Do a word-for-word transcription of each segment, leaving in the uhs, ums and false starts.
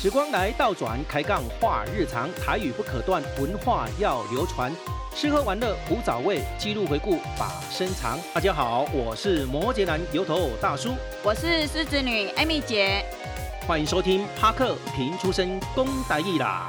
时光来倒转，开杠话日常，台语不可断，文化要流传。吃喝玩乐无早味，记录回顾把身藏。大家好，我是摩羯男油头大叔， 我是狮子女艾米姐， 欢迎收听帕克平出身公台语啦。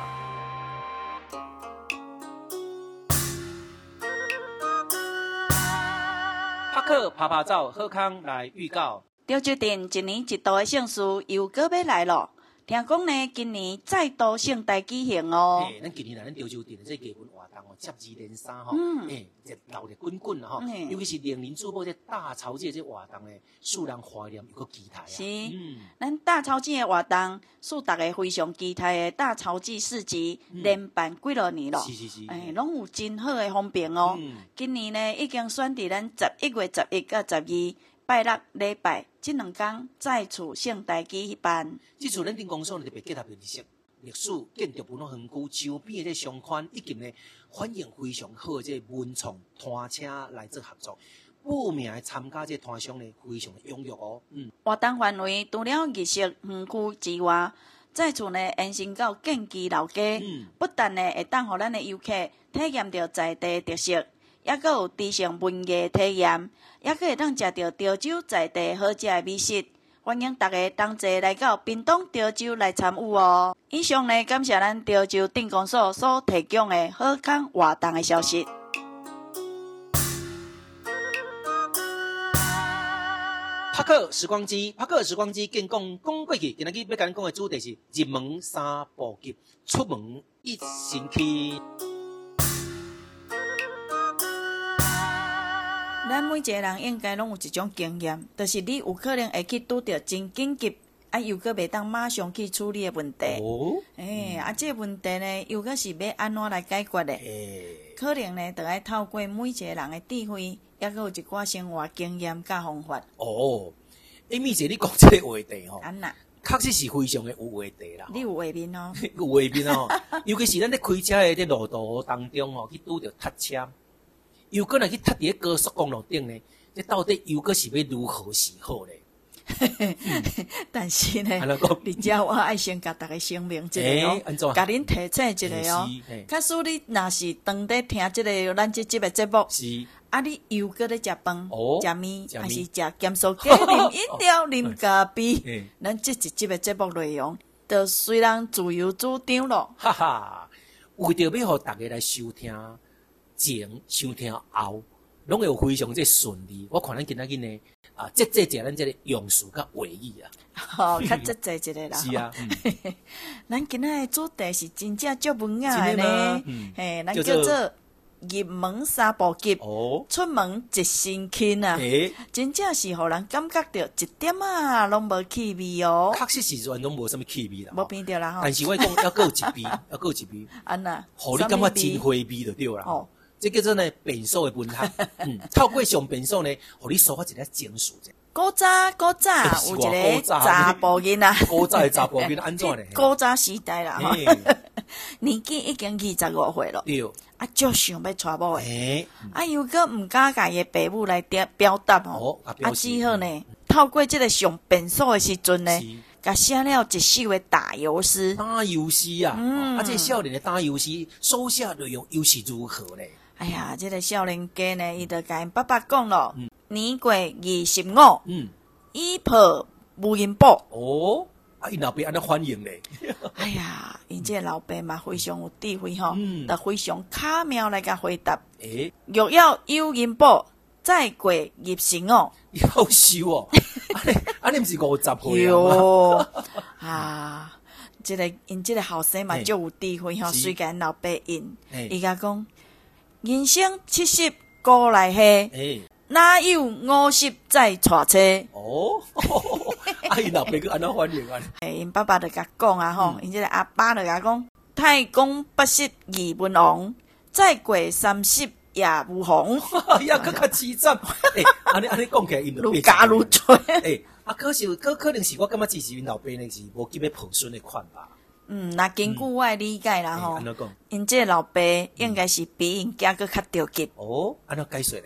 帕克拍拍照，好康来预告。 潮州镇一年一度的盛事又搁要来了。听讲呢，今年再度盛大举行哦。 诶、欸，咱今年来咱潮州镇的这艺文活动哦，接二连三吼，嗯，诶、欸，热闹热滚滚啊吼，嗯、尤其是零零主播这大潮节这活动呢，使人怀念又搁期待啊。 是，嗯，咱大潮节的活动，使大家非常期待的大潮节市集，嗯、连办几落年了。 是是是， 诶、欸，拢有真好的风评哦。嗯、今年呢，已经选伫咱十一月十一到十二。拜六、礼拜这两天再次盛大举办。 这次咱顶公所特别结合历史、历史、建筑文化园区周边的这商圈，以及呢反应非常好的这文创摊车来做合作。报名的参加这摊商呢，非常的踊跃哦。嗯， 活动范围除了艺术园区之外，再次呢延伸到建基老街，嗯、不但呢会当互咱的游客体验到在地特色。也阁有知性文艺体验，也阁会当食到潮州在地好食的美食。欢迎大家同齐来到屏东潮州来参与哦。以上呢，感谢咱潮州镇公所所提供的好康活动的消息。 帕克时光机，帕克时光机，建讲讲过去，今仔日要甲咱讲的主题是入门三步急，出门一身轻。 咱每一个人应该拢有一种经验，就是你有可能会去拄到真紧急，啊，又阁袂当马上去处理的问题。哦，诶、欸，嗯、啊，这个问题呢，又阁是要安怎来解决的？欸、可能呢，就要透过每一个人的智慧，也阁有一寡生活经验甲方法。 哦，艾米姐，你讲这个话题吼， 安那， 确实是非常的有话题啦。 你有画面哦， 有画面哦，尤其是咱咧开车的这路途当中哦，去拄到塞车。又可能去踏伫高速公路顶呢，这到底又阁是要如何是好呢？ 嗯、但是呢，你只我爱先甲大家声明一下哦，甲恁提醒一下哦。假使你若是当伫听即、這個咱即集的节目，是啊，你又搁咧食饭、哦、食面，還是食鹹酥雞、啉飲料、啉咖啡，咱即一集的节目內容，就雖然自由主張咯。 哈哈，為着要互大家來收聽。前收聽後，攏會有非常之順利。我看咱今仔日呢，啊，節制一下咱這個用詞甲話語啊。 哦，較節制一下啦。 是啊，嗯、 咱今仔的主題是真正足文雅的呢。嘿、嗯，咱叫做入門三步急，哦、出門一身輕啊。欸、真正是互人感覺到一點啊，攏無氣味哦。 確實是完全無什麼氣味啦。 無變掉啦吼。 但是我講要夠一味，要夠一味。安那，互你感覺真花味就對啦。哦。這叫做呢變數的文學，嗯，透過上變數呢，互你抒發一個情緒啫。 古早古早有一個查甫囡仔， 古早的查甫囡仔安怎呢？ 古早時代啦，吼，年紀已經二十五歲了，對，啊，足想要娶某的，啊，又閣毋敢甲伊爸母來表表達吼，啊，只好呢，透過這個上變數的時陣呢。甲寫了一首的打油詩， 打油詩啊！嗯、啊，這個少年的打油詩所寫內容又是如何呢？ 哎呀，這個少年家呢，伊就甲因爸爸講咯，嗯、年過二十五，嗯，已抱無銀寶。哦，啊，因老爸安怎反應咧？哎呀，因這個老爸嘛非常有智慧吼，嗯，就非常巧妙來甲回答。誒、欸，若要有銀寶。再過入城哦， 好笑哦！安尼安尼毋是五十歲啊？啊，即、這個因即個後生嘛，足有智慧吼，隨甲因老爸因，伊甲講人生七十過來下，哪有五十再娶妻？哦， 啊，因老爸佮安怎反應啊？ 誒，因爸爸就甲講啊吼，因即個阿爸就甲講，太公八十二文王，再過三十。也無紅， 也更較淒慘。誒，安尼安尼講起來，因愈加愈多。 誒，啊，可是可可能是我感覺支持因老爸呢是無急要抱孫的款吧。 嗯，那根據我的理解啦吼，因這個老爸應該是比因囝佫較着急。 哦，安怎解說咧？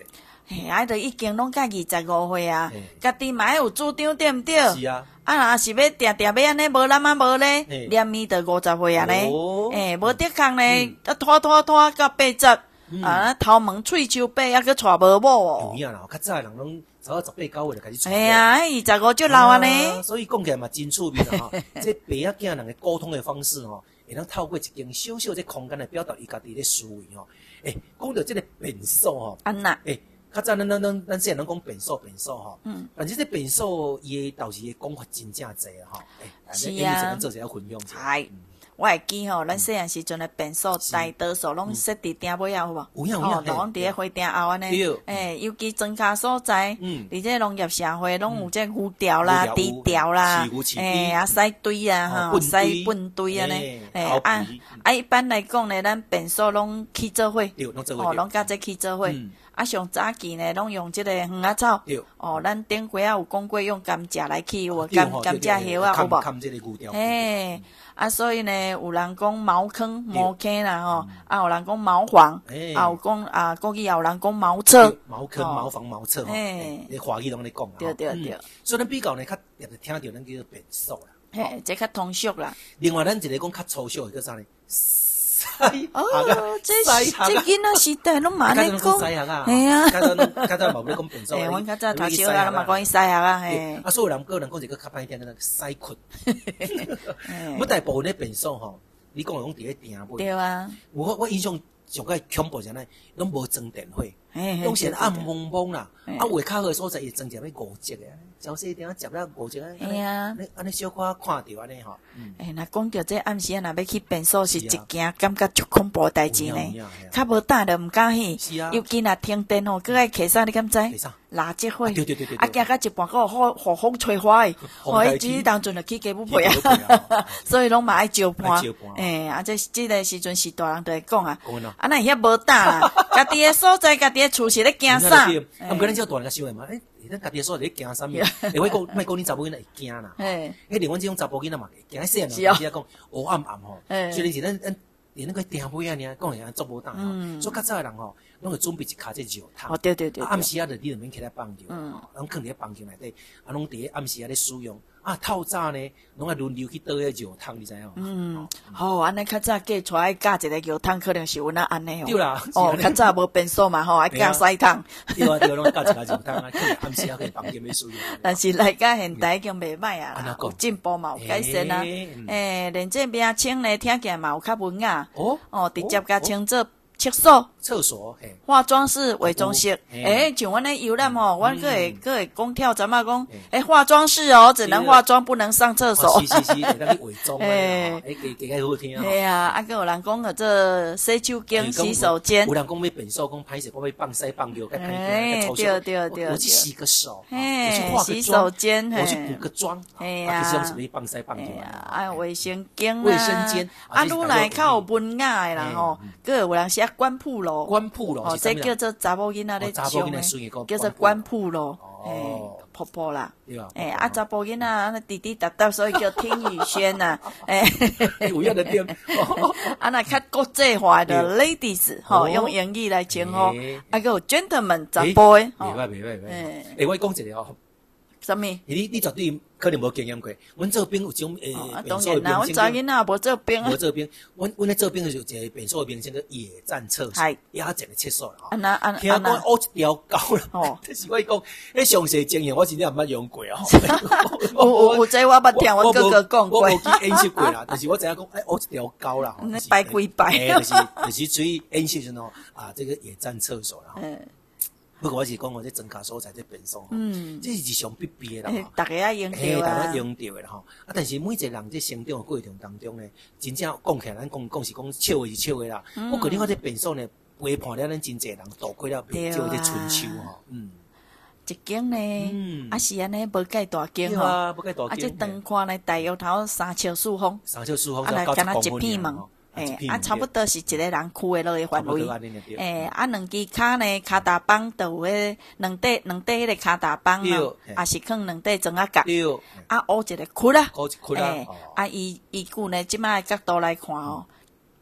嘿，啊，都已经拢甲二十五岁啊，家己嘛有主张对毋对？ 是啊。 啊，若是要定定要安尼无咱啊无咧，连咪着五十岁啊咧，诶，无得空咧，啊拖拖拖到八十，啊头毛喙鬚白，还佫娶无某哦。 有影啦，较早诶人拢早到十八九岁就开始娶。 哎呀，二十五就老啊呢。 所以讲起来嘛，真趣味啦吼。这爸仔囝人诶沟通诶方式吼，会当透过一间小小这空间来表达伊家己咧思维吼。诶，讲到这个变数吼， 安那？ 诶。较早咱咱咱咱细汉拢讲变数变数吼，嗯，但是这变数伊到时诶讲法真正侪吼，诶， 是啊，咱做一下分享者。 系，我会记吼，咱细汉时阵诶变数大多数拢设伫鼎尾仔有无？ 有影有影， 哦，拢伫咧花鼎后安尼，诶，尤其庄脚所在，嗯，伫这农业社会拢有这牛条啦、猪条啦，诶，啊屎堆啊，吼，屎粪堆安尼，诶，啊啊，一般来讲咧，咱变数拢去做伙，哦，拢甲这去做伙。啊，上早期呢，拢用即个黄仔草。哦，咱顶几啊有讲过用甘蔗来起，有无？甘甘蔗叶啊，有无？嘿，啊，所以呢，有人讲茅坑、茅坑啦，吼，啊，有人讲茅房，啊，有讲啊，国语也有人讲茅厕。 茅坑、茅房、茅厕，吼，你华语拢咧讲啊。 对对对。 所以咱比较呢，较常听到咱叫做变数啦。 嘿，这较通俗啦。 另外，咱一个讲较粗俗，叫啥呢？ 哦，这这囡仔时代拢嘛咧讲， 系啊， 系啊， 较早较早嘛咧讲变数， 诶，阮较早读小学拢嘛讲伊西学啊，嘿， 啊，所有人个人讲一个较歹听的那个西困，我大部分咧变数吼，你讲讲伫咧定尾， 对啊， 我我印象上个恐怖是安尼，拢无装电火，拢是暗蒙蒙啦，啊，画较好诶所在伊装一个五折诶，小细点接了五折， 哎呀， 安尼小可看着安尼吼， 诶，若讲着这暗时啊，若要去变数是一件感觉足恐怖诶代志呢，较无胆着毋敢去，尤其若停电吼，佮爱摕啥你敢知？垃圾火， 对对对对， 啊，行到一半个好互风吹花诶，互伊只当阵就去加不配啊，所以拢嘛爱招伴，诶，啊，这这个时阵是大人就会讲啊，啊，那遐无胆啦，家己诶所在，家己诶厝是咧惊啥？ 啊，毋过咱只大人甲想诶嘛，诶，咱家己诶所在咧惊啥物？诶，我讲，莫讲恁查某囡仔会惊啦，诶，连阮即种查甫囡仔嘛会惊，细汉人只讲黑暗暗吼，所以是咱咱连那个定尾啊，尔讲起来做无胆吼，所以较早诶人吼。拢会准备一骹这热汤， 哦对对对， 暗时啊，就你就免起来放着，嗯，拢放伫咧房间内底，啊，拢伫咧暗时啊咧使用，啊，透早呢，拢爱轮流去倒迄热汤，你知影？ 嗯，好，安尼较早嫁出来嫁一个热汤，可能是阮啊安尼哦。 对啦， 哦，较早无变数嘛，吼，爱嫁西汤。 对啊对啊，拢嫁一个热汤啊，去暗时啊去房间咧使用。 但是来到现代已经袂歹啊，有进步嘛，有改善啊。诶，连这名称呢，听起来嘛有较文雅。哦哦，直接甲称做。厕所， 厕所， 化妆室、伪装室，诶，像阮咧游览吼，阮个会个会讲跳怎么讲？诶，化妆室哦，只能化妆，不能上厕所。 是是是，会当去伪装诶，诶，加加较好听。 系啊，啊，个有人讲个这洗手间、洗手间。 有人讲要变数，讲歹势，我要放屎放尿，该歹听，对对对。 我去洗个手， 嘿，洗手间， 我去补个妆， 嘿呀， 其实是要放屎放尿啊。啊，卫生间， 卫生间， 啊，愈来较有文雅诶啦吼，个有人写官铺咯。 官铺咯， 哦，这叫做查某囡仔咧上诶，叫做官铺咯，诶，婆婆啦，诶，啊查甫囡仔滴滴答答，所以叫听雨轩呐，诶， 有影的点， 啊那较国际化的 ladies 吼，用英语来称呼，啊个有 gentleman 查甫诶， 袂歹袂歹袂歹，诶，我讲一个哦， 什么？ 你你绝对可能无经验过，阮做兵有种诶， 当然啦，阮查囡仔无做兵啊， 无做兵，阮阮咧做兵就是一个变数名称叫野战厕所，野战的厕所啦。 安那安听讲乌一条狗啦，但是我讲，迄详细经验我真正毋捌用过哦。 有有有这我捌听阮哥哥讲过， 我无去演习过啦，但是我知影讲，哎，乌一条狗啦， 摆几摆， 就是就是属于演习时喏啊，这个野战厕所啦。不过我是讲我这庄脚所在这变数，嗯，这是日常必备的啦， 大家啊用到啊，大家用到的啦吼。啊，但是每一个人在成长的过程当中呢，真正讲起来，咱讲讲是讲笑话是笑话啦。不过你看这变数呢，陪伴了咱真侪人度过了少的春秋吼，嗯。 一间呢，啊是安尼无介大间吼， 啊这长看呢大约头三尺四方， 三尺四方， 啊来敢若一片门。诶，啊，差不多是一个人区诶落诶范围。诶，啊，两支骹呢，骹踏板都有迄两块两块迄个骹踏板啊，啊是放两块装啊角，啊，乌一个窟啦，诶，啊，伊伊句呢，即摆角度来看吼，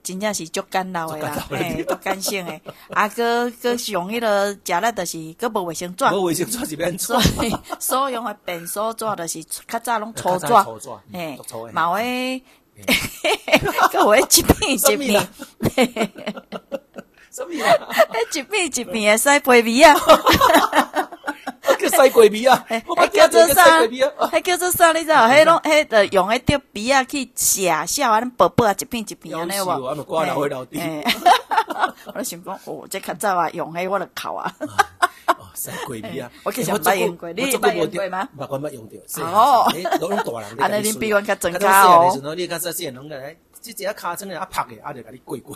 真正是足简陋的啦，嘿，足简性的。啊，搁搁用迄个食了，就是搁无卫生纸， 无卫生纸是免做， 所以所用的便所纸就是较早拢粗纸，嘿，嘛有迄，搁有迄一片一片， 什么啊？ 迄一片一片的洗皮米啊。 叫洗鸡皮啊！ 迄叫做啥？迄叫做啥？你知道？迄拢迄着用迄条皮啊去写写安尼薄薄啊一片一片安尼无？ 我挂老会老弟。 我想讲，哦，这较早啊用迄我着哭啊。 哦，洗鸡皮啊！ 我其实捌用过，你捌用过吗？ 捌我捌用着。 哦， 拢大人。 安尼恁比阮较真卡哦。 你较早细拢来，即只骹真诶啊拍诶，啊着甲你过过。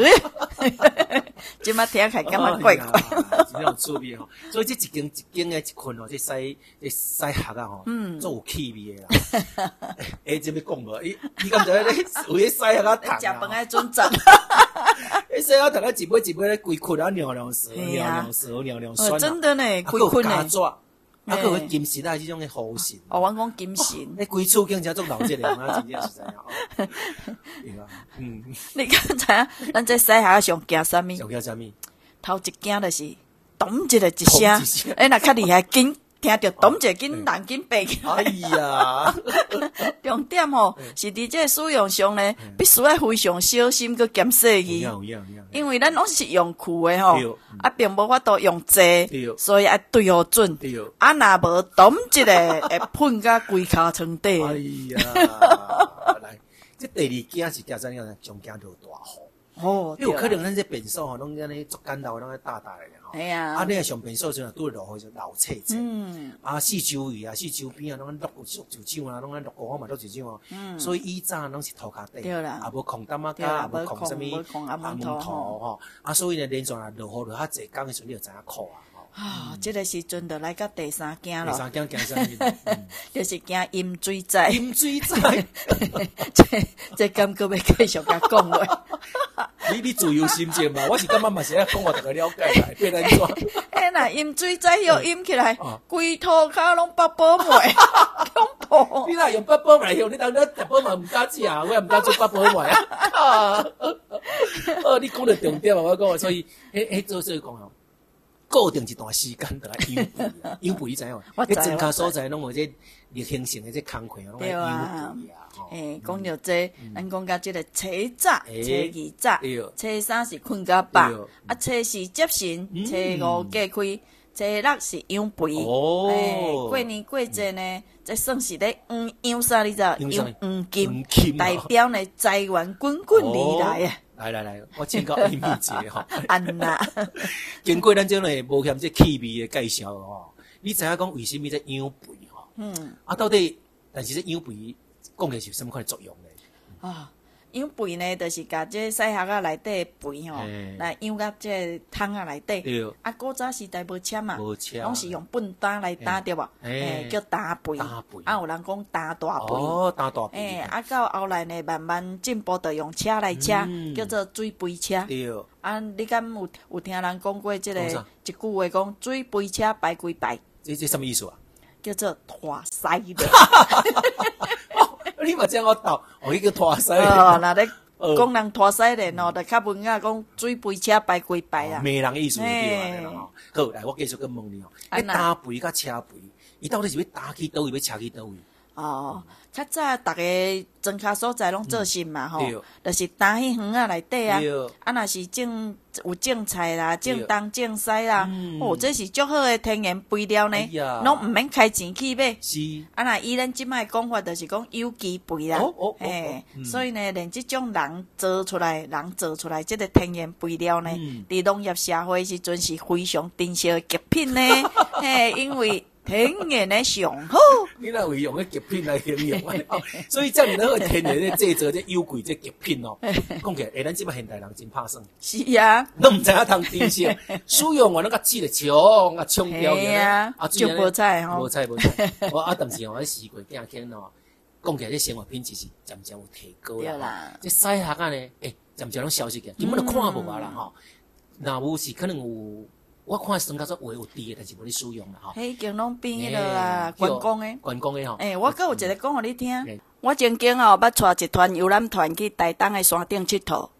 即摆听起来感觉怪怪， 真有趣味吼。所以这一间一间诶一困吼，这洗这洗盒啊吼，嗯，做有气味诶啦。诶，这要讲无？伊你敢知咧？为洗盒啊， 食饭爱准则。 迄洗盒头啊，一尾一尾咧规困啊，尿尿舌，尿尿舌，尿尿酸。 真的呢，规困呢。 啊，还有金丝带这种诶护唇。 哦，阮讲金神。 迄规厝竟真做老质量啊，真正实在哦。对啊，嗯。 你敢知影？咱这洗盒上惊啥物？ 上惊啥物？ 头一惊就是咚一个一声，哎，若较厉害，紧听着咚一个紧人紧爬起来。 哎呀， 重点吼是伫这使用上呢，必须要非常小心佮检视伊。因为咱拢是用酷的吼，啊，并无法度用济，所以要对好准。啊，若无咚一个会喷甲规骹床底。 哎呀，来，这第二惊是惊啥样呢？上惊落大雨。哦，有可能咱这便所吼，拢安尼足简陋，拢爱大大诶吼。 系啊。 啊，你若上便所时阵，拄落雨就流册册。嗯。啊，四周围啊，四周边啊，拢落树树枝啊，拢安落雨嘛，落树枝哦。嗯。所以以前拢是涂骹底， 对啦。 啊，无空担啊，甲也无空啥物阿门土吼。啊，所以呢，连续啊落雨落较济工诶时阵，你就知影苦啊。 啊，即个时阵就来到第三惊咯。 第三惊惊啥物？ 就是惊淹水灾。 淹水灾。 这这感觉要继续甲讲话。 你你自由心情嘛？我是感觉嘛是爱讲互大家了解来，变安怎？ 哎呐，淹水灾又淹起来，规涂骹拢八宝梅，恐怖！ 你若用八宝梅用，你当咱八宝梅唔敢食，我也唔敢做八宝梅啊！哦，你讲到重点啊，我讲，所以迄迄做所以讲哦。固定一段时间就来养肥啊，养肥你知影无？迄庄稼所在拢有这热形成的这工课，拢来养肥啊。 诶，讲到这，咱讲到这个初早、初二早、初三是困到饱，啊，初四接神，初五隔开，初六是养肥。哦，过年过节呢，这算是咧养养啥？你知道？养黄金，代表呢财源滚滚而来啊！ 来来来，我请教你秘诀吼。 安那， 经过咱这类无欠这气味的介绍吼，你知影讲为什么这养肥吼？嗯。啊，到底，但是这养肥讲起是什么款的作用呢？ 啊，养肥呢，就是甲这细盒仔内底肥吼，来养到这桶仔内底。对。啊，古早时代无签嘛，拢是用粪担来担对无？诶，叫担肥。担肥。啊，有人讲担大肥。 哦，担大肥。 诶，啊，到后来呢，慢慢进步，就用车来车，叫做水肥车。对。啊，你敢有有听人讲过这个一句话讲水肥车排归排？ 这这什么意思啊？ 叫做拖塞的。 你嘛这样我倒，哦，迄个拖塞。 哦，那咧讲人拖塞咧喏，就较文雅讲水肥车排归排啊。 骂人意思对啦吼。好，来我继续跟问你哦，迄担肥甲车肥，伊到底是要担去倒位，要车去倒位？哦，较早逐个庄稼所在拢做甚嘛吼，就是担迄园仔内底啊。啊，若是种有种菜啦、种冬种西啦，哦，这是足好诶天然肥料呢，拢毋免开钱去买。是。啊，若以咱即摆讲法，就是讲有机肥啦。哦哦哦。所以呢，连即种人做出来、人做出来即个天然肥料呢，伫农业社会时阵是非常珍惜诶极品呢。嘿，因为天然的上好，你若会用个极品来形容啊？所以这样那个天然的制作这优贵这极品哦，讲起来，哎，咱即摆现代人真拍算。是啊，都唔知影通珍惜，使用完那个煮了冲啊冲掉嘅啊，就无菜吼，无菜无菜。我啊，但是哦，迄时过惊惊哦，讲起来，这生活品质是渐渐有提高啦。这细盒啊呢，诶，渐渐拢消失去，根本就看无啊啦吼。若无是可能有。我看生活说话有滴诶，但是无咧使用啦吼。迄已经拢变迄落啊，观光诶，观光诶吼。诶，我阁有一个讲互你听，我曾经吼捌带一团游览团去台东诶山顶佚佗，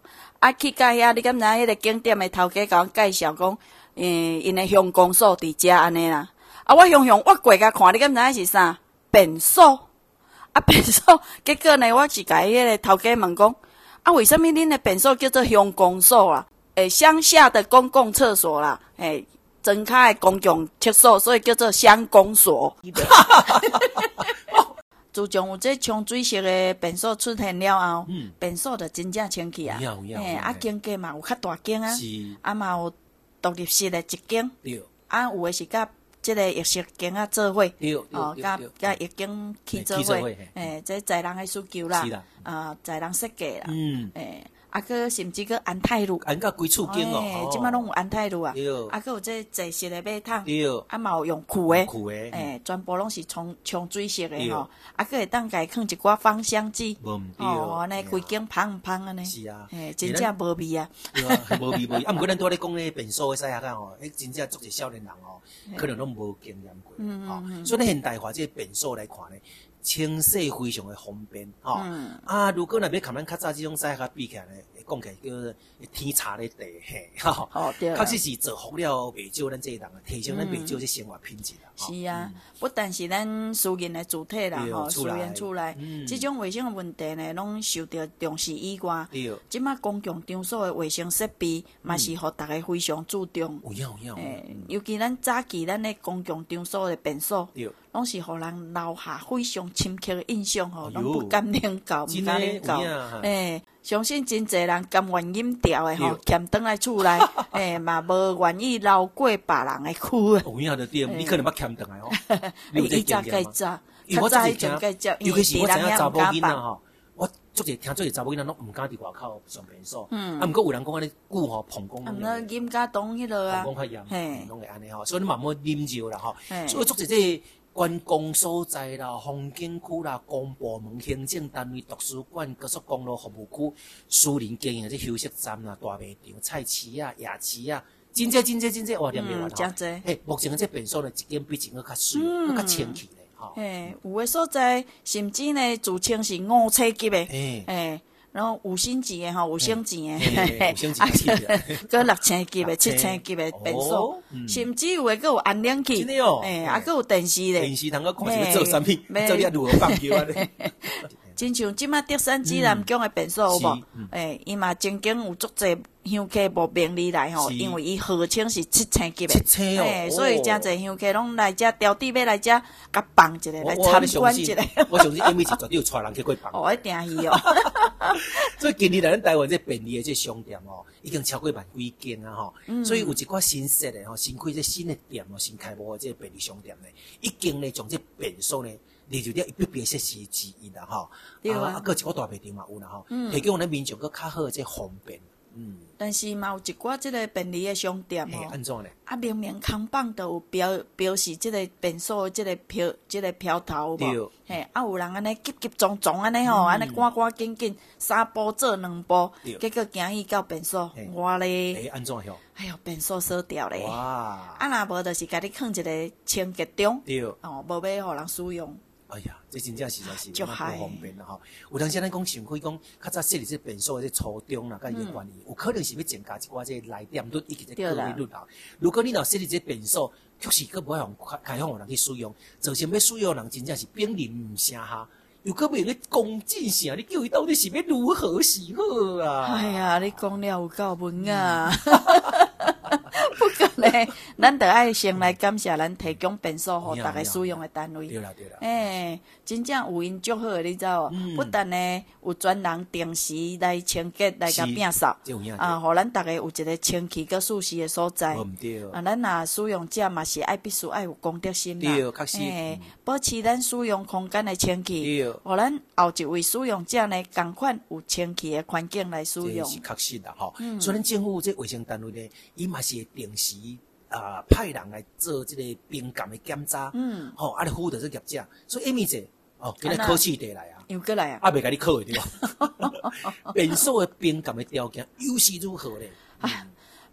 啊去到遐，你敢知影迄个景点的头家甲阮介绍讲，诶，因的乡公所伫遮安尼啦。啊，我雄雄我过甲看，你敢知影是啥？便所。啊，便所，结果呢，我是甲迄个头家问讲，啊，为什么恁的便所叫做乡公所啊？诶，乡下的公共厕所啦，诶，增开的公共厕所，所以叫做乡公所。自从有这冲水式的便所出现了后，嗯、便所就真正清气啊！诶，啊，间隔嘛有较大间啊，啊嘛有独立式的一间，啊有诶是甲即个浴室间啊做伙，哦，甲甲浴间去做伙，诶，这在人的需求啦，啊，在人设计啦，嗯，诶。啊，佮甚至佮安泰路， 安到几厝间哦， 即摆拢有安泰路啊，啊，佮有这坐式的马桶，啊嘛有用裤的，诶，全部拢是冲冲水式的吼，啊，佮会当家放一寡芳香剂，哦，安尼规间芳毋芳安尼， 是啊， 诶，真正无味啊， 对啊，无味无味，啊，毋过咱拄咧讲咧便所的使下个吼，迄真正足侪少年人吼，可能拢无经验过，吼，所以咧现代化即个便所来看咧。清洗非常的方便，吼、哦嗯、啊！如果若要甲咱较早即种洗下比起来咧，讲起来叫天差咧地吓，吼、哦，确实是造福了袂少咱这人啊，提升咱袂少这生活品质啦。 是啊，嗯、不但是咱私人的主体啦，吼，私人厝内，即、嗯、种卫生的问题呢，拢受到重视以外，即马公共场所的卫生设备嘛是互大家非常注重。 有影有影， 诶，尤其咱早期咱的公共场所的便所。拢是互人留下非常深刻的印象吼，拢不敢领教，毋敢领教。诶，相信真侪人甘愿饮调的吼，欠倒来厝内，诶嘛无愿意流过别人的躯。 有影就对，你可能捌欠倒来吼。 伊早介早，较早迄种介早， 尤其是我知影查某囡仔吼，我足侪听足侪查某囡仔拢毋敢伫外口上便所。嗯。啊，毋过有人讲安尼久吼膀胱。 啊，那饮甲冻迄落啊。 膀胱较严，嘿，拢会安尼吼，所以你慢慢啉热啦吼。所以足侪这。观光所在啦、风景区啦、公部门、行政单位、图书馆、高速公路服务区、私人经营这休息站啦、大卖场、菜市啊、夜市啊，真济真济真济哇，念念完吼。 嘿，目前这便所呢，一间比一间较水，嗯、较清气咧，吼。 嘿，有诶所在甚至呢，自称是五星级诶，诶。然后五星级的吼，五星级的， 五星级的， 佮六千级的、七千级的便所，甚至有诶，佮有安冷气，诶，啊，佮有电视咧， 电视通个看是要做啥物，做你如何放球啊咧。 亲像即马德山指南宫的便所有无？诶，伊嘛曾经有足侪香客无名利来吼，因为伊号称是七星级的， 七星哦， 所以真侪香客拢来遮挑剔要来遮甲放一个来参观一个。 我相信因为是绝对有带人去过放。 哦，一定是哦。 所以近年来咱台湾这便利的这商店哦，已经超过万几间啊吼，所以有一寡新设的吼，新开这新的店哦，新开幕的这便利商店呢，已经呢将这便所呢。列入了必备设施之一啦，吼，啊，啊，个一个大卖场嘛有啦，吼，提供咱民众个较好的这方便，嗯。 但是嘛有一寡即个便利的商店吼， 安怎呢？ 啊，明明扛棒都有标标示即个便所的即个票，即个票头无？嘿，啊，有人安尼急急撞撞安尼吼，安尼赶赶紧紧，三步做两步，结果行去到便所，我咧， 哎，安怎哟？ 哎哟，便所锁掉咧， 哇！ 啊，若无就是甲你放一个清洁中， 对， 哦，无要互人使用。 哎呀，这真正实在是蛮不方便啦吼！有当时咱讲想开讲，较早设立这便所的这初衷啦，甲伊个原因，有可能是要增加一寡这来电率以及这个利率啦。如果你若设立这便所，确实佫无爱开开放互人去使用，造成要使用人真正是兵临毋城下，又佫袂咧公正啥，你叫伊到底是要如何是好啊？ 哎呀，你讲了有够文啊！不过呢，咱得爱先来感谢咱提供便所互大家使用的单位。 对啦对啦。 诶，真正有因足好的，你知无？不但呢有专人定时来清洁来甲摒扫，啊，互咱大家有一个清气佮舒适的所在。啊，咱若使用者嘛是爱必须爱有公德心啦。 对，确实。 诶，保持咱使用空间的清气，互咱后一位使用者呢，共款有清气的环境来使用。 这是确实啦吼。所以咱政府这卫生单位呢，伊嘛是会定时啊派人来做这个冰感的检查，嗯，吼，啊，来辅导这业者，所以下面者哦，今日考试题来啊， 又过来啊， 啊，未甲你考的对吧？便所的冰感的条件又是如何咧？ 啊，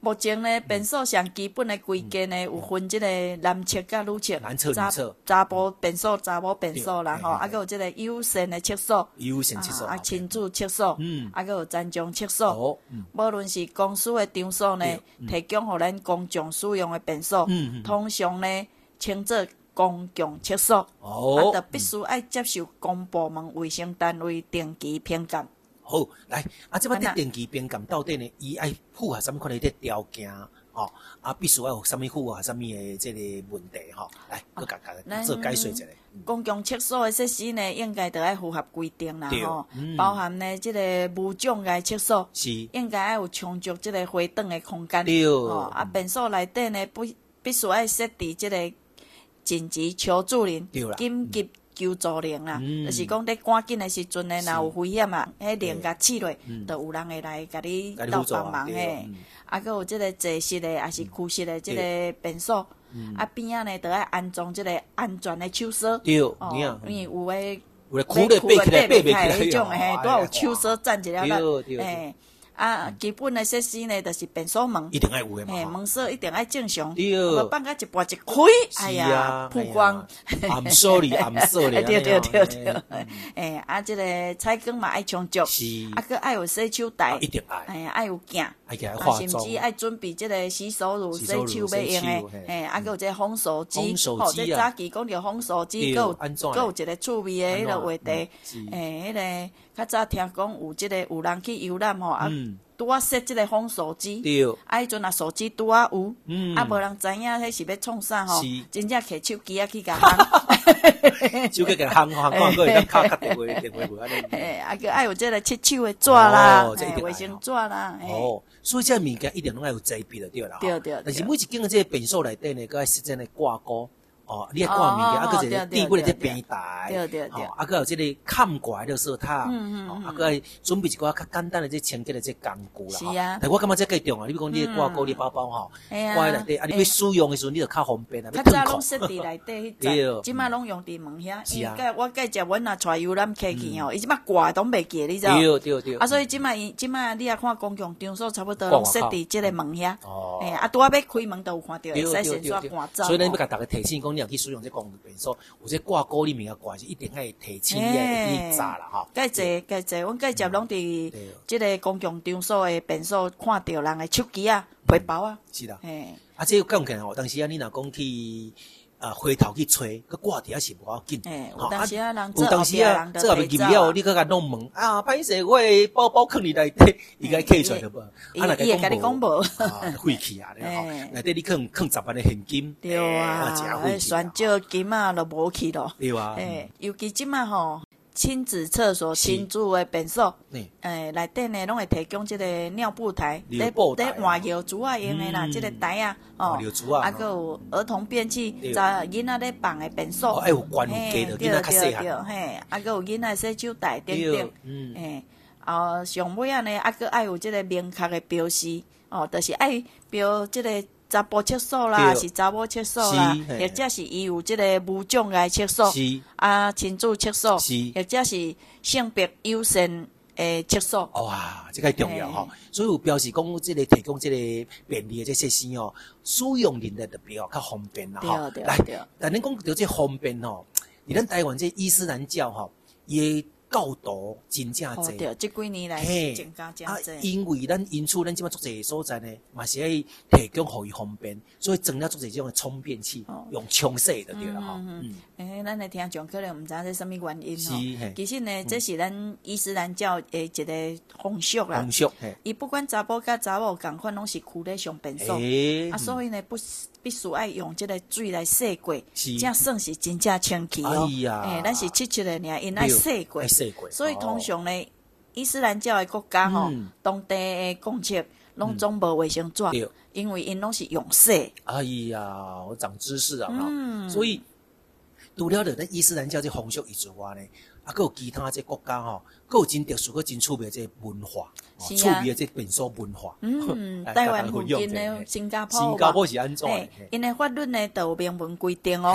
目前呢，便所上基本的规格呢，有分即个男厕甲女厕， 男厕女厕， 查甫便所、查某便所啦吼，啊，佮有即个优先的厕所， 优先厕所， 啊，亲子厕所， 嗯， 啊，佮有专用厕所，无论是公司的场所呢，提供互咱公众使用的便所，通常呢，称作公共厕所，啊，就必须爱接受公部门卫生单位定期评鉴。 好，来，啊，即摆伫定期评鉴到底呢，伊爱符合什么款的条件？哦，啊，必须要有什么符合什么的这个问题？吼、哦，来，佮甲甲做解说一下。 公共厕所的设施呢，应该都要符合规定啦，吼、嗯，包含呢，即、这个无障碍厕所， 是应该要有充足即个回转的空间。 对， 哦，啊，便所内底呢，必必须要设置即个紧急求助铃，紧急。求助铃啦，嗯、就是讲伫赶紧的时阵呢，若有危险啊，迄铃甲试落，就有人会来甲你斗帮忙嘿。啊，佮有即个坐式的，也是屈式的即个便所，啊边仔呢，都要安装即个安全的手锁。 对， 哦，因为有诶， 有诶，苦咧爬起来，爬袂起来迄种嘿，都有手锁站一了啦， 嘿。啊，基本的设施呢，就是便所门， 一定要有诶嘛， 嘿，门锁一定要正常， 无放甲一半一开，哎呀，曝光 ，I'm sorry，I'm sorry， 对对对对，诶，啊，即个彩光嘛爱充足， 是， 啊，佮爱有洗手台， 一定爱， 哎，爱有镜， 啊， 甚至爱准备即个洗手乳、洗手要用诶，诶，啊，佮有即个烘手机，吼，即早期讲着烘手机，佮有佮有一个趣味诶迄个话题，诶，迄个较早听讲有即个有人去游览吼，啊。拄啊设即个烘手机，啊，迄阵啊手机拄啊有，啊无人知影迄是要创啥吼，真正摕手机啊去甲烘， 手机甲烘烘，看过会当敲敲电话电话无安尼。 嘿，啊个爱有即个切手的纸啦，卫生纸啦。 哦，所以这物件一定拢爱有栽培的对啦。 对对。 但是每一间的即个便所内底呢，佮爱实际的挂钩。哦，你爱挂物件，啊，佮一个地柜的即平台， 对对对， 啊，佮有即个看过来的色塔，嗯嗯，啊，佮爱准备一寡较简单的即清洁的即工具啦。 是啊。 但我感觉这最重要，你比如讲你挂钩、你包包吼，挂在内底，啊，你要使用的时候你就较方便啊。 较早拢设伫内底迄阵，即摆拢用伫门遐。是啊。我介绍阮若带游览客去吼，伊即摆挂拢袂记，你知道？ 对对对。 啊，所以即摆伊即摆你也看公共场所差不多拢设伫即个门遐。哦。诶，啊，拄仔要开门都有看到，会使先刷挂走。 所以咱要甲大家提醒讲，你若去使用这公便所，有这挂钩里面的挂是一定爱提醒你去查啦吼。 介济介济，阮介绍拢伫即个公共场所的便所看到人的手机啊、皮包啊。 是啦。嘿，啊，这讲起来吼，当时啊，你若讲去啊回头去找，佮挂伫也是无要紧。 诶，有当时啊，人有当时啊，这也袂记了，你佮甲弄问啊，歹势我的包包放伫内底，伊该摕出来了无？ 啊，伊会甲你讲无？ 废去啊！吼，内底你放放十万的现金， 对啊，算少金啊，就无去咯。 对啊， 诶，尤其即马吼。亲子厕所、亲子的便所，诶，内底呢拢会提供即个尿布台，咧咧换尿珠啊用的啦，即个台啊，哦，啊，佮有儿童便器，查囡仔咧放的便所， 哎，有关有加的，囡仔较细汉， 嘿，啊，佮有囡仔洗手台等等，诶，啊，上尾啊呢，啊，佮爱有即个明确的标示，哦，就是爱标即个。查甫厕所啦，是查某厕所啦，或者是伊有即个无障碍厕所，啊，亲子厕所，或者是性别优先诶厕所。 哇，这个重要吼，所以有表示讲，即个提供即个便利的这设施哦，使用人的就比较较方便啦吼。来，但恁讲到这方便吼，伫咱台湾这伊斯兰教吼，伊。教导真正侪， 哦对，这几年来增加真侪。 啊，因为咱因此咱即摆足侪所在呢，嘛是爱提供互伊方便，所以装了足侪种的充电器，哦、用充细就对了吼。 嗯，诶、嗯，咱的听众可能毋知这什么原因吼。其实呢，嗯、这是咱伊斯兰教诶一个风俗啦。 风俗， 伊不管查甫甲查某共款，拢是跍咧上便所。欸、啊，所以呢，不必须爱用即个水来洗过，才算是真正清气哦。哎呀，诶、欸，咱是七七的尔，因爱洗过。所以通常呢，伊斯兰教的国家吼，当地的公厕拢总无卫生纸，因为因拢是用洗。 哎呀，我长知识啊！嗯，所以除了咱伊斯兰教这风俗以之外呢，啊，佮有其他这国家吼，佮有真特殊、佮真趣味这文化，趣味的这便所文化。 嗯，台湾附近的新加坡， 新加坡是安怎？ 因的法律呢，都有明文规定哦。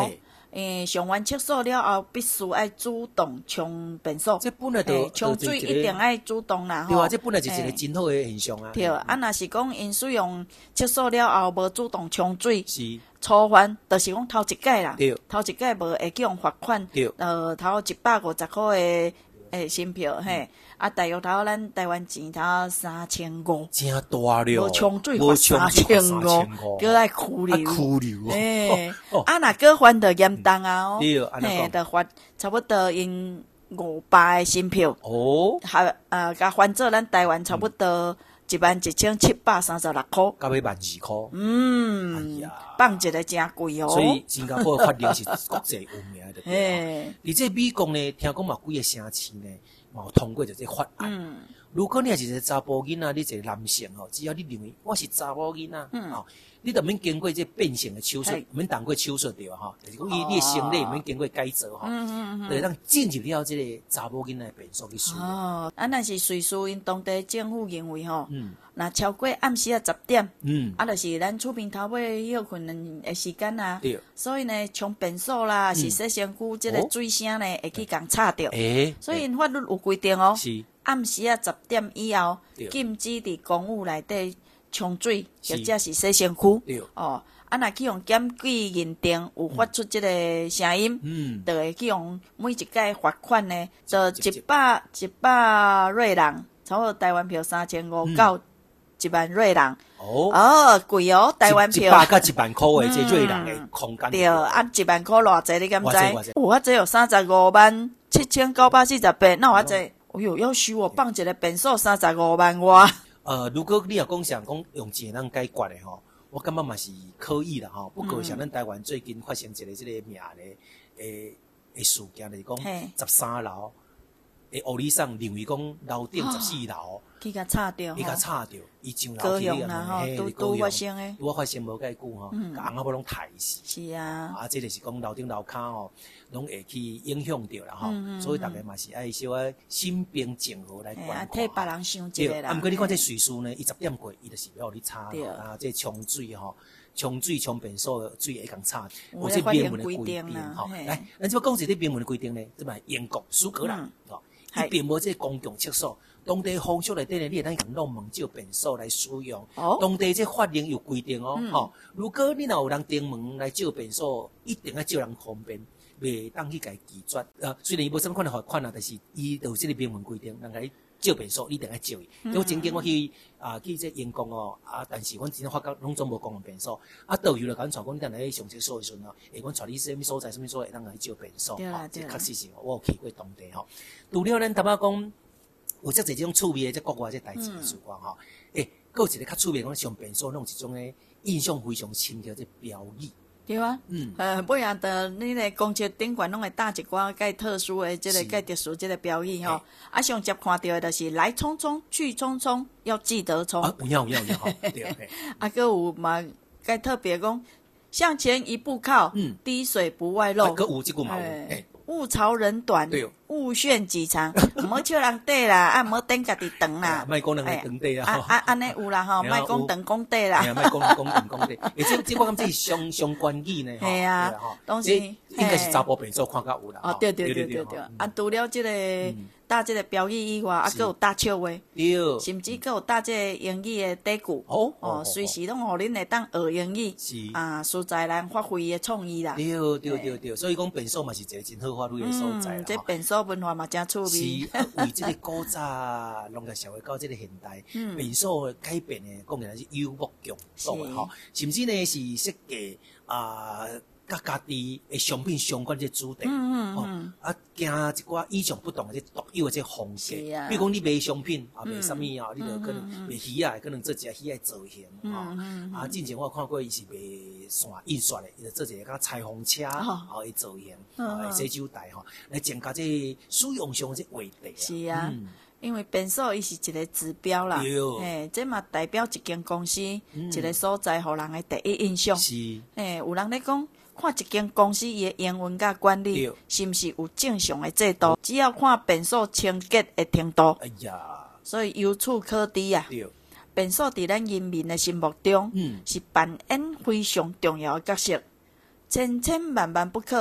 诶，上完厕所了后，必须爱主动冲便所。 这本来就诶冲水一定爱主动啦， 对啊，这本来就是一个真好的现象啊。 对，啊，若是讲因使用厕所了后无主动冲水， 是处罚就是讲头一届啦， 对， 头一届无会去用罚款， 对， 呃，头一百五十块的诶新票嘿，啊，大约头咱台湾钱头三千五， 真大了， 无冲水无罚三千五，叫来拘留， 拘留， 诶，啊，若过还着严重啊哦， 对，安尼嘿， 讲， 着罚差不多因五百的新票， 哦， 还呃，甲还做咱台湾差不多一万一千七百三十六箍， 到尾万二箍， 嗯， 哎呀， 放一个真贵哦， 所以新加坡的法令是国际有名的，对嘿， 而这美国呢，听讲嘛，几个城市呢，嘛有通过着这法案。 嗯， 如果你也是一个查甫囡仔，你一个男性吼，只要你认为我是查某囡仔， 嗯吼，你就免经过这变性的手术嘿， 免动过手术对吼，就是讲你你的生理免经过改造吼， 嗯嗯嗯就让进入了这个查某囡仔的便所去使用。 哦，啊，若是随时因当地政府认为吼， 嗯若超过暗时啊十点， 嗯， 啊，就是咱厝边头尾休困的时间啊， 对， 所以呢，冲便所啦，是洗身躯即个水声呢，会去共插着， 诶， 所以因法律有规定哦。 是暗时啊十点以后对， 禁止伫公寓内底冲水， 是或者是洗身躯。 对， 哦，啊，若去用检举认定有发出即个声音， 嗯， 就会去用每一届罚款呢，就一百一百瑞郎，差不多台湾票三千五到一万瑞郎。 哦， 哦，贵哦，台湾一票。 百甲一万箍的这瑞人的空间。 对，啊，一万箍偌济，你敢偌济偌济知？有啊，这有三十五万七千九百四十八，那偌济？哎哟，要收我放一个便所三十五万外。 呃，如果你若讲想讲用钱能解决的吼，我感觉嘛是可以啦吼。不过像咱台湾最近发生一个即个命的诶诶事件，就是嘿讲十三楼诶屋里上认为讲楼顶十四楼， 去甲插掉， 伊甲插着，伊上楼高梯雄啦吼，都都发生诶。 我发生无介久吼，甲翁仔某拢刣死。 是啊， 啊，这就是讲楼顶楼骹吼，拢会去影响着啦吼，所以大家嘛是爱小啊心平静和来哎啊， 观替别看。 人想一对， 个啦。 啊，毋过你看这岁数呢，伊十点过，伊就是要互你擦对啊，这冲水吼，冲水冲便所的水会共擦， 有有这明咧法令文的规定规定啦吼。 嘿来，咱即要讲一个明文的规定呢，即嘛英国苏格兰吼， 系伊并无这公共厕所，当地风俗内底呢，你会当共弄门照便所来使用。 哦当地这法令有规定哦，吼，如果你若有人登门来照便所，一定要照人方便。袂当去家拒绝，啊，虽然伊无什么款的罚款啊，但是伊就有即个明文规定，人家照便所，你一定要照伊。因为曾经我去啊去这英国哦，啊，但是阮真正发觉拢总无公共便所，啊，导游就甲阮带讲，你等来上厕所的时阵哦，会阮带你什么所在，什么所会当来照便所， 对啦对啦这确实是我有去过当地吼。除了咱头仔讲有遮侪这种趣味的这国外这代志的时光吼，诶，佫有一个较趣味，讲上便所弄一种诶印象非常深刻这标语。 对啊， 嗯， 呃，尾啊，的你个公车顶管拢会搭一寡介特殊的、即个介特殊即个标语吼。啊，上接看到的就是来匆匆去匆匆，要记得冲。 啊，有影有影有影吼，对。 啊，佮有嘛介特别讲，向前一步靠， 嗯， 滴水不外漏。 啊，佫有即句嘛有， 哎诶， 物潮人短对， 物炫己长，毋好笑人短啦，啊，毋好等家己长啦。 莫讲人个长底啊， 啊啊，安尼有啦吼，莫讲长讲短啦。 哎呀，莫讲讲长讲底，而且这我感觉这是相相关语呢，吼， 系啊，当时应该是查甫便所看较有啦。 哦，对对对对对，啊，除了即个搭即个标语以外，啊，佫有搭笑话， 对， 甚至佫有搭即个英语的底句， 哦哦，随时拢互恁会当学英语， 是啊，实在咱发挥的创意啦。 对对对对，所以讲便所嘛是一个真好发挥的所在啦。 这便所文化嘛真趣味。 是啊，为即个古早农业社会到即个现代，便所改变的，讲起来是有目共睹的吼，甚至呢是设计啊。甲家己诶商品相关即主题， 嗯嗯啊，行一寡与众不同诶即独有诶即风格。比如讲你卖商品，啊卖啥物啊，你着可能卖鱼啊，可能做一个鱼诶造型，吼。啊，之前我有看过伊是卖线印刷诶，伊着做一个甲彩虹车吼诶造型，诶洗手台吼，来增加即使用上即话题。 是啊。因为便所伊是一个指标啦，嘿，这嘛代表一间公司、一个所在，互人的第一印象。 是， 嘿，有人咧讲，看一间公司伊的营运甲管理，是毋是有正常的制度？只要看便所清洁的程度。 哎呀， 所以由此可知啊，便所伫咱人民的心目中，是扮演非常重要的角色，千千万万不可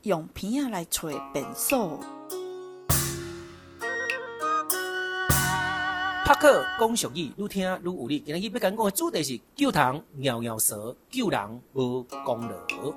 用片仔来找便所。 拍克讲俗语，愈听愈有理。今日要讲讲的主题是救糖尿尿蛇，救人无功劳。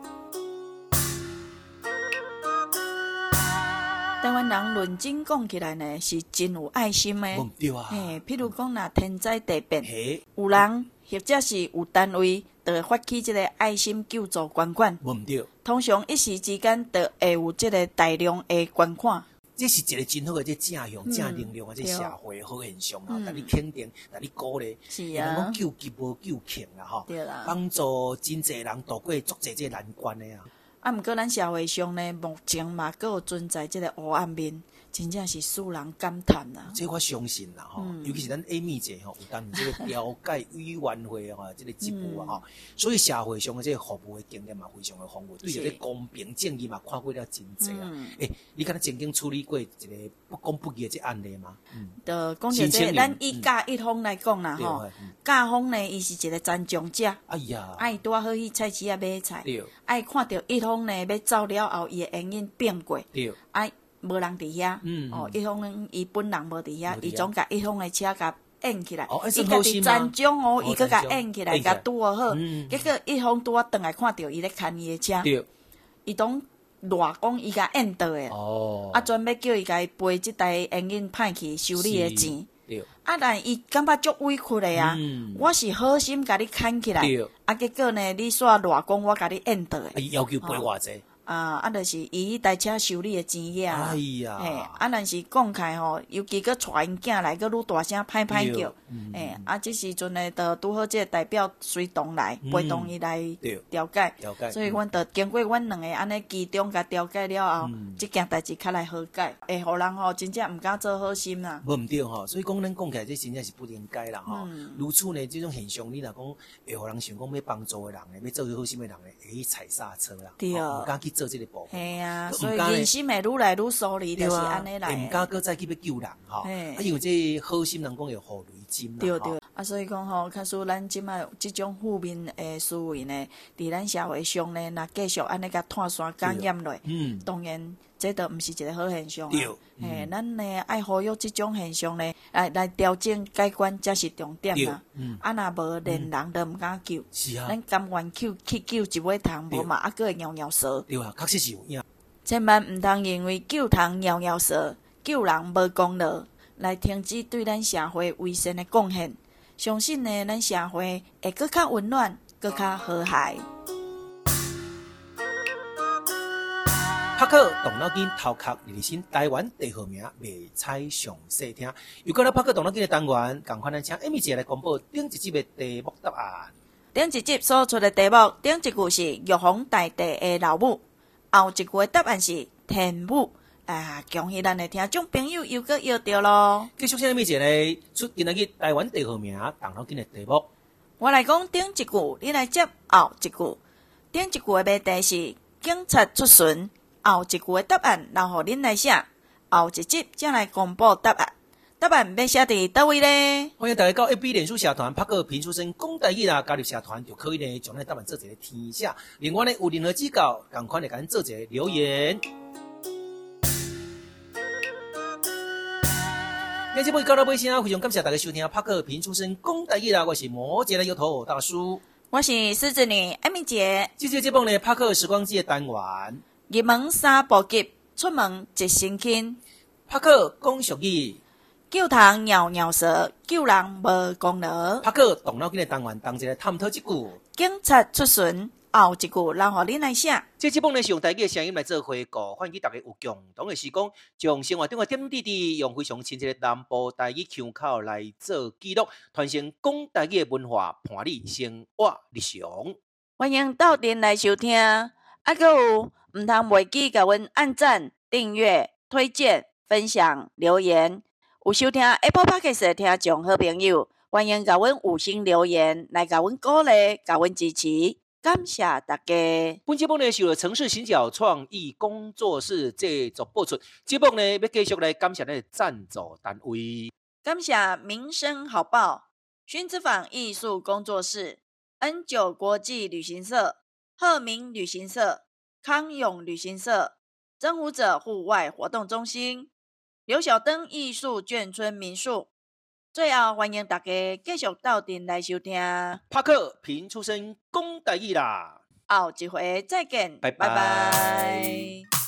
台湾人论真讲起来呢，是真有爱心的。 无毋对啊。 嘿，譬如讲，若天灾地变， 嘿， 有人或者是有单位，就会发起这个爱心救助捐款。 无毋对。 通常一时之间，就会有这个大量的捐款。 这是一个真好的这正向、 嗯、 正能量的这社会好现象啊！甲、嗯、你肯定，甲你鼓励， 是啊， 讲救急无救穷啦吼， 对啦， 帮助真侪人度过足侪这难关的啊。 啊，毋过咱社会上呢，目前嘛，阁有存在这个黑暗面，真正是使人感叹啦。 这我相信啦吼、嗯，尤其是咱 A 密节吼，有担任这个调解委员会吼，这个职务啊吼、嗯，所以社会上的这个服务的经验嘛，非常的丰富，对这个公平正义嘛，看过了真侪啊。诶、嗯欸，你敢若曾经处理过一个不公不义的这案例吗？嗯， 就讲到这个，咱以甲一方来讲啦吼，甲方呢，伊是一个残障者。 哎呀， 爱拄啊好去菜市啊买菜，爱看到一方呢要走了后，伊的缘因变过，爱。无人伫遐、嗯，哦，一方伊本人无伫遐，伊总甲一方的车甲掩起来，伊家己残障哦，伊搁甲掩起来，甲拄好，嗯、结果一方拄啊转来看到伊咧牵伊的车，伊当赖讲伊甲掩倒的，哦，啊专要叫伊甲伊赔即台缘因歹去修理的钱，啊但伊感觉足委屈的啊、嗯，我是好心甲你牵起来，啊结果呢，你煞赖讲我甲你掩倒的， 伊要求赔偌济。 啊，啊，就是伊迄台车修理的钱呀， 哎呀， 嘿，啊，但是讲起吼，尤其佮带因囝来，佮愈大声歹歹叫，诶、嗯，啊，这时阵呢，就拄好这个代表随同来，陪同伊来调解， 调解， 所以阮就经过阮两个安尼其中甲调解了后，嗯、这件代志较来好解，会互人吼真正毋敢做好心啦。 无毋对吼，所以讲咱讲起来，这真正是不应该啦吼。嗯、如此呢，这种现象，你若讲会互人想讲要帮助的人呢，要做好心的人呢，会去踩刹车啦， 对， 毋敢去做这个部分。 啊，所以人心会愈来愈疏离，就是安尼来。 毋敢搁再去要救人吼，啊，因为这好心人讲有互雷针啦。 对对，啊，所以讲吼，假使咱即摆即种负面诶思维呢，伫咱社会上呢，若继续安尼甲拖线感染落，嗯，当然这都毋是一个好现象啊。对，嘿，咱呢爱呼吁即种现象呢，来来调整改观才是重点啦。嗯，啊，若无连人都毋敢救，是啊，咱甘愿去去救一尾虫，无嘛，啊，佫会尿尿蛇。 对啊，确实是有影。 千万毋通因为救虫尿尿蛇、救人无功劳，来停止对咱社会卫生的贡献。相信呢，咱社会会更较温暖、更较和谐。 拍克动脑筋头壳日新，台湾第号名卖菜上细听。又过来拍克动脑筋的单元，共款咱请 Amy 姐来公布顶一集的题目答案。 顶一集所出的题目，顶一句是玉皇大帝的老母。后一句的答案是天母，啊！恭喜咱的听众朋友又搁摇到咯。 继续请咪一个出今仔日台湾第号名动脑筋的题目。 我来讲顶一句，你来接后一句。顶一句的谜题是警察出巡，后一句的答案留互恁来写，后一集才来公布答案。答案要写伫倒位咧？ 欢迎大家到 F B 脸书社团拍个评书生讲台语啦，加入社团就可以呢，将咱答案做一个填写。另外呢，有任何指教，赶快来甲咱做一个留言。今日节目到到尾声，非常感谢大家收听拍个评书生讲台语啦，我是摩羯的摇头大叔， 我是狮子女艾米姐。 这节节目呢，拍个时光机的单元， 入门三步急，出门一身轻， 拍个讲俗语。 救虫尿尿蛇，救人无功劳。 拍克动脑筋的单元，同齐来探讨一句。 警察出巡，后一句留互恁来写。 这节目呢是用台语的声音来做回顾，欢迎大家有共同的时光，将生活中的点点滴滴用非常亲切的南部台语腔口来做记录，传承讲台语的文化，伴你生活日常。 欢迎到店来收听，啊，还有唔通袂记甲阮按赞、订阅、推荐、分享、留言。有收听 Apple Podcast 的听众好朋友，欢迎甲阮五星留言来甲阮鼓励、甲阮支持，感谢大家。 本节目呢是由城市行脚创意工作室制作播出。节目呢要继续来感谢咱的赞助单位， 感谢民生好报、薰之坊艺术工作室、N 九国际旅行社、鹤鸣旅行社、康永旅行社、 征服者户外活动中心、刘小灯艺术眷村民宿。最后，欢迎大家继续到店来收听。 帕克平出声讲台语啦， 后一回再见， 拜拜。 拜拜。